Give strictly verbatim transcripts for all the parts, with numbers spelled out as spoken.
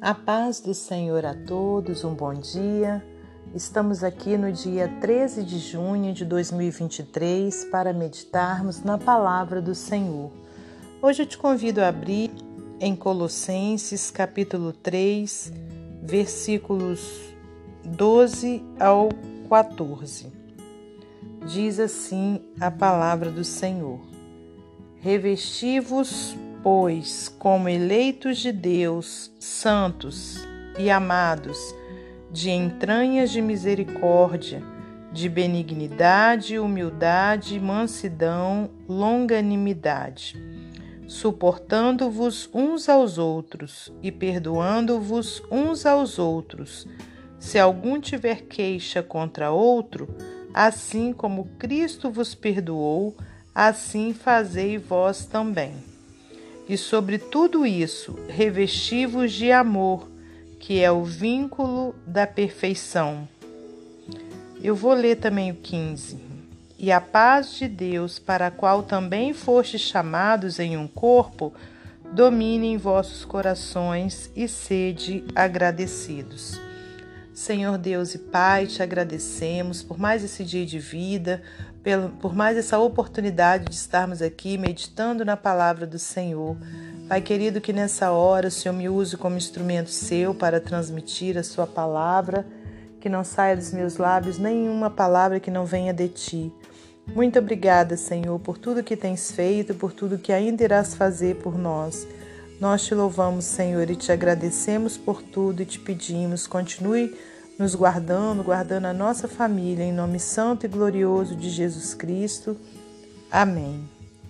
A paz do Senhor a todos, um bom dia. Estamos aqui no dia treze de junho de dois mil e vinte e três para meditarmos na palavra do Senhor. Hoje eu te convido a abrir em Colossenses capítulo três, versículos doze ao quatorze. Diz assim a palavra do Senhor: Revesti-vos, pois, como eleitos de Deus, santos e amados, de entranhas de misericórdia, de benignidade, humildade, mansidão, longanimidade, suportando-vos uns aos outros e perdoando-vos uns aos outros. Se algum tiver queixa contra outro, assim como Cristo vos perdoou, assim fazei vós também. E sobre tudo isso, revesti-vos de amor, que é o vínculo da perfeição. Eu vou ler também o quinze. E a paz de Deus, para a qual também fostes chamados em um corpo, domine em vossos corações e sede agradecidos. Senhor Deus e Pai, te agradecemos por mais esse dia de vida, por mais essa oportunidade de estarmos aqui meditando na palavra do Senhor. Pai querido, que nessa hora o Senhor me use como instrumento seu para transmitir a sua palavra, que não saia dos meus lábios nenhuma palavra que não venha de ti. Muito obrigada, Senhor, por tudo que tens feito, por tudo que ainda irás fazer por nós. Nós te louvamos, Senhor, e te agradecemos por tudo e te pedimos, continue nos guardando, guardando a nossa família, em nome santo e glorioso de Jesus Cristo. Amém.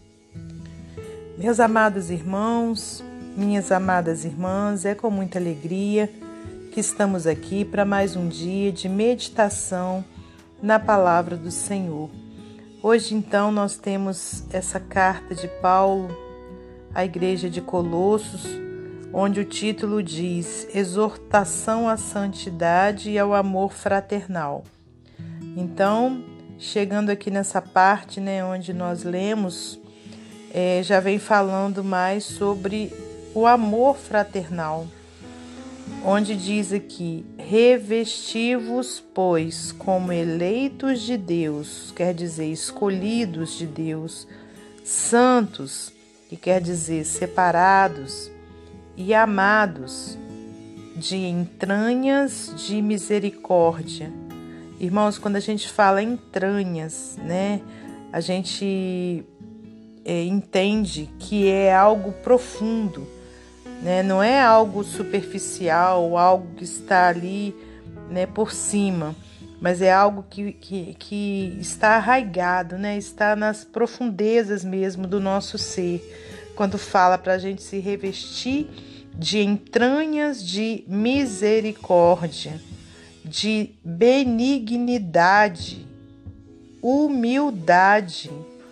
Meus amados irmãos, minhas amadas irmãs, é com muita alegria que estamos aqui para mais um dia de meditação na palavra do Senhor. Hoje, então, nós temos essa carta de Paulo à igreja de Colossos, onde o título diz Exortação à Santidade e ao Amor Fraternal. Então, chegando aqui nessa parte, né, onde nós lemos, é, já vem falando mais sobre o amor fraternal, onde diz aqui, revesti-vos, pois, como eleitos de Deus, quer dizer, escolhidos de Deus, santos, que quer dizer separados, e amados, de entranhas de misericórdia. Irmãos, quando a gente fala entranhas, né, a gente é, entende que é algo profundo, né, não é algo superficial, algo que está ali, né, por cima, mas é algo que, que, que está arraigado, né, está nas profundezas mesmo do nosso ser, quando fala para a gente se revestir de entranhas de misericórdia, de benignidade, humildade,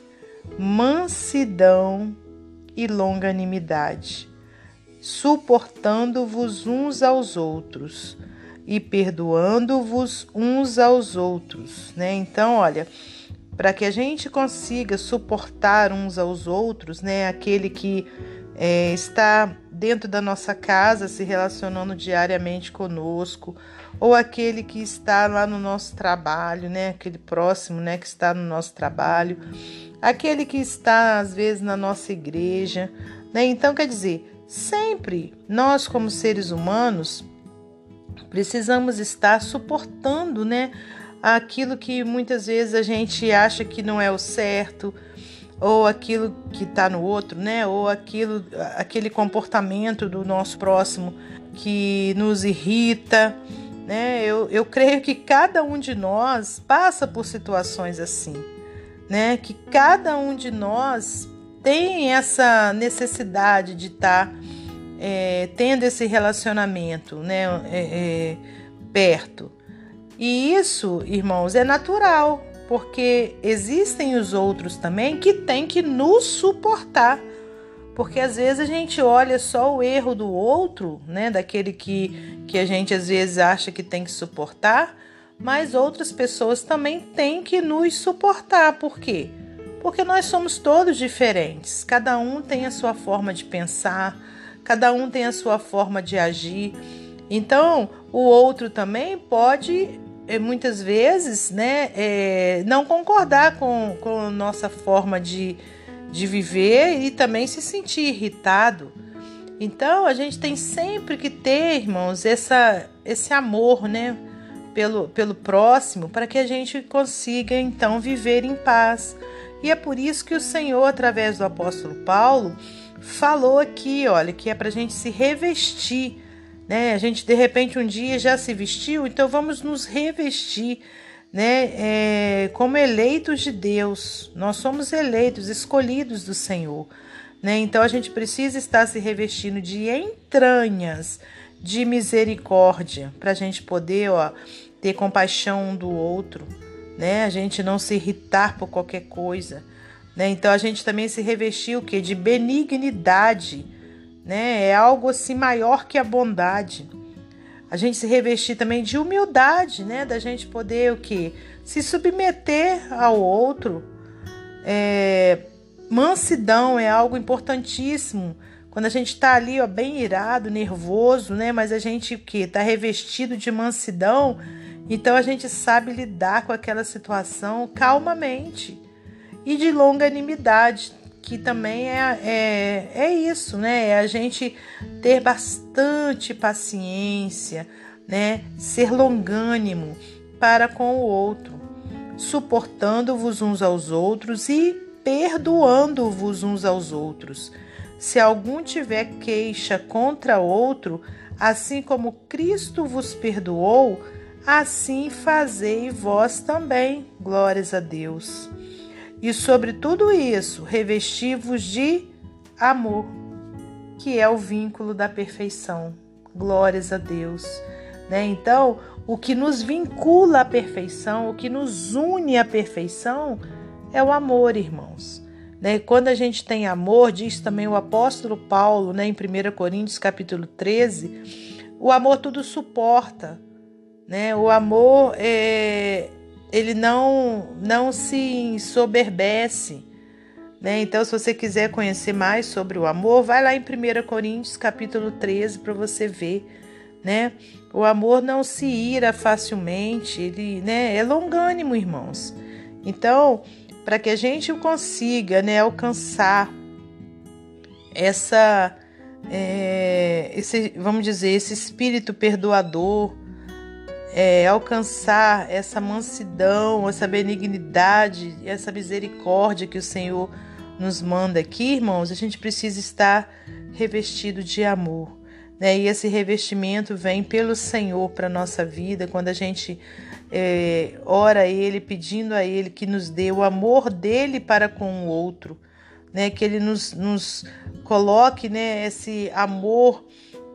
mansidão e longanimidade, suportando-vos uns aos outros e perdoando-vos uns aos outros, né? Então, olha, para que a gente consiga suportar uns aos outros, né? Aquele que é, está dentro da nossa casa se relacionando diariamente conosco, ou aquele que está lá no nosso trabalho, né? Aquele próximo, né? Que está no nosso trabalho, aquele que está às vezes na nossa igreja, né? Então, quer dizer, sempre nós como seres humanos precisamos estar suportando, né? Aquilo que muitas vezes a gente acha que não é o certo, ou aquilo que está no outro, né? Ou aquilo, aquele comportamento do nosso próximo que nos irrita, né? Eu, eu creio que cada um de nós passa por situações assim, né? Que cada um de nós tem essa necessidade de estar tá, é, tendo esse relacionamento, né? É, é, perto. E isso, irmãos, é natural, porque existem os outros também que têm que nos suportar. Porque às vezes a gente olha só o erro do outro, né, daquele que, que a gente às vezes acha que tem que suportar, mas outras pessoas também têm que nos suportar. Por quê? Porque nós somos todos diferentes, cada um tem a sua forma de pensar, cada um tem a sua forma de agir. Então, o outro também pode, muitas vezes, né, é, não concordar com, com a nossa forma de, de viver e também se sentir irritado. Então, a gente tem sempre que ter, irmãos, essa, esse amor, né, pelo, pelo próximo, para que a gente consiga, então, viver em paz. E é por isso que o Senhor, através do apóstolo Paulo, falou aqui, olha, que é para a gente se revestir, né? A gente, de repente, um dia já se vestiu, então vamos nos revestir, né? É, como eleitos de Deus. Nós somos eleitos, escolhidos do Senhor. Né? Então a gente precisa estar se revestindo de entranhas de misericórdia para a gente poder, ó, ter compaixão um do outro, né? A gente não se irritar por qualquer coisa, né? Então a gente também se revestir o quê? De benignidade, né? É algo assim maior que a bondade. A gente se revestir também de humildade, né? Da gente poder o quê? Se submeter ao outro. É... Mansidão é algo importantíssimo. Quando a gente está ali, ó, bem irado, nervoso, né? Mas a gente que está revestido de mansidão, então a gente sabe lidar com aquela situação calmamente. E de longanimidade, que também é, é, é isso, né? É a gente ter bastante paciência, né? Ser longânimo para com o outro, suportando-vos uns aos outros e perdoando-vos uns aos outros. Se algum tiver queixa contra outro, assim como Cristo vos perdoou, assim fazei vós também. Glórias a Deus. E sobre tudo isso, revesti-vos de amor, que é o vínculo da perfeição. Glórias a Deus. Né? Então, o que nos vincula à perfeição, o que nos une à perfeição, é o amor, irmãos. Né? Quando a gente tem amor, diz também o apóstolo Paulo, né, em primeira Coríntios capítulo treze, o amor tudo suporta. Né? O amor, é, ele não, não se ensoberbece. Né? Então, se você quiser conhecer mais sobre o amor, vai lá em primeira Coríntios capítulo treze para você ver. Né? O amor não se ira facilmente, ele, né, é longânimo, irmãos. Então, para que a gente consiga, né, alcançar essa, é, esse, vamos dizer, esse espírito perdoador, é, alcançar essa mansidão, essa benignidade, essa misericórdia que o Senhor nos manda aqui, irmãos, a gente precisa estar revestido de amor. Né? E esse revestimento vem pelo Senhor para a nossa vida, quando a gente é, ora a Ele, pedindo a Ele que nos dê o amor dEle para com o outro, né? Que Ele nos, nos coloque, né, esse amor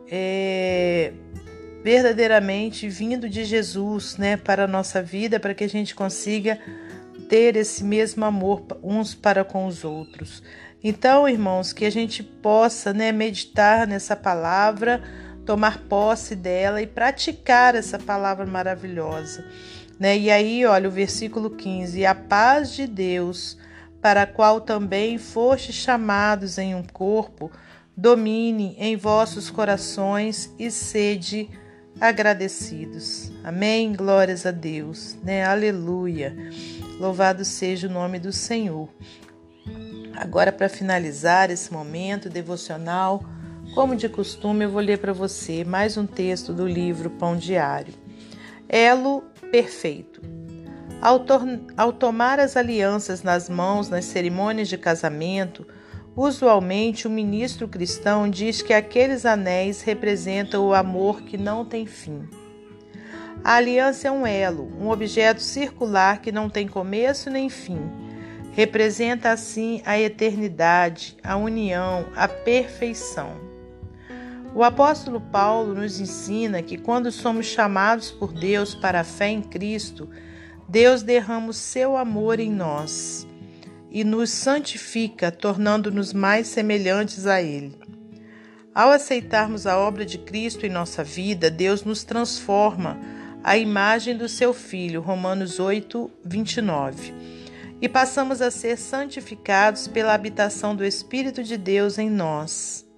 é, verdadeiramente vindo de Jesus, né, para a nossa vida, para que a gente consiga ter esse mesmo amor uns para com os outros. Então, irmãos, que a gente possa, né, meditar nessa palavra, tomar posse dela e praticar essa palavra maravilhosa. Né? E aí, olha, o versículo quinze, e a paz de Deus, para a qual também fostes chamados em um corpo, domine em vossos corações e sede agradecidos. Amém? Glórias a Deus. Né? Aleluia. Louvado seja o nome do Senhor. Agora, para finalizar esse momento devocional, como de costume, eu vou ler para você mais um texto do livro Pão Diário. Elo perfeito. Ao, ao tomar as alianças nas mãos nas cerimônias de casamento, usualmente o ministro cristão diz que aqueles anéis representam o amor que não tem fim. A aliança é um elo, um objeto circular que não tem começo nem fim. Representa assim a eternidade, a união, a perfeição. O apóstolo Paulo nos ensina que quando somos chamados por Deus para a fé em Cristo, Deus derrama o seu amor em nós e nos santifica, tornando-nos mais semelhantes a Ele. Ao aceitarmos a obra de Cristo em nossa vida, Deus nos transforma à imagem do seu Filho, Romanos oito, vinte e nove. E passamos a ser santificados pela habitação do Espírito de Deus em nós.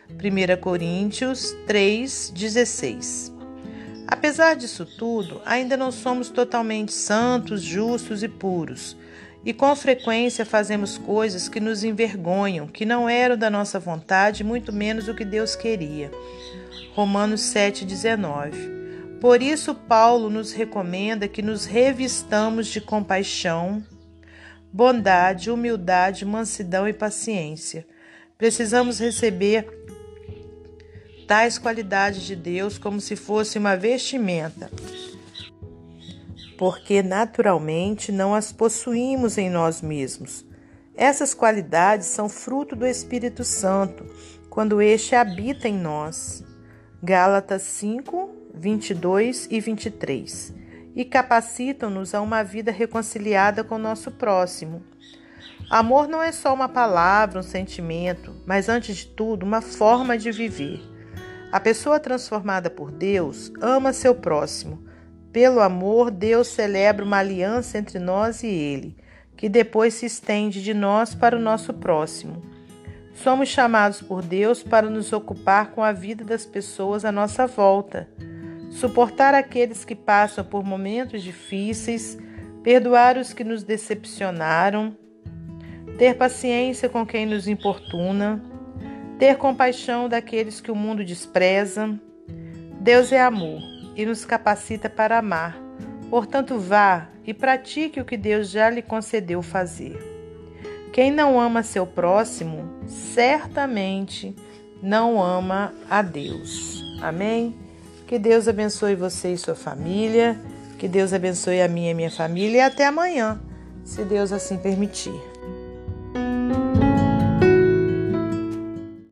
primeira Coríntios três, dezesseis. Apesar disso tudo, ainda não somos totalmente santos, justos e puros, e com frequência fazemos coisas que nos envergonham, que não eram da nossa vontade, muito menos o que Deus queria. Romanos sete, dezenove. Por isso, Paulo nos recomenda que nos revistamos de compaixão, bondade, humildade, mansidão e paciência. Precisamos receber tais qualidades de Deus como se fosse uma vestimenta, porque naturalmente não as possuímos em nós mesmos. Essas qualidades são fruto do Espírito Santo, quando este habita em nós. Gálatas cinco, vinte e dois e vinte e três. E capacitam-nos a uma vida reconciliada com o nosso próximo. Amor não é só uma palavra, um sentimento, mas antes de tudo, uma forma de viver. A pessoa transformada por Deus ama seu próximo. Pelo amor, Deus celebra uma aliança entre nós e Ele, que depois se estende de nós para o nosso próximo. Somos chamados por Deus para nos ocupar com a vida das pessoas à nossa volta, suportar aqueles que passam por momentos difíceis, perdoar os que nos decepcionaram, ter paciência com quem nos importuna, ter compaixão daqueles que o mundo despreza. Deus é amor e nos capacita para amar. Portanto, vá e pratique o que Deus já lhe concedeu fazer. Quem não ama seu próximo, certamente não ama a Deus. Amém? Que Deus abençoe você e sua família. Que Deus abençoe a minha e a minha família. E até amanhã, se Deus assim permitir.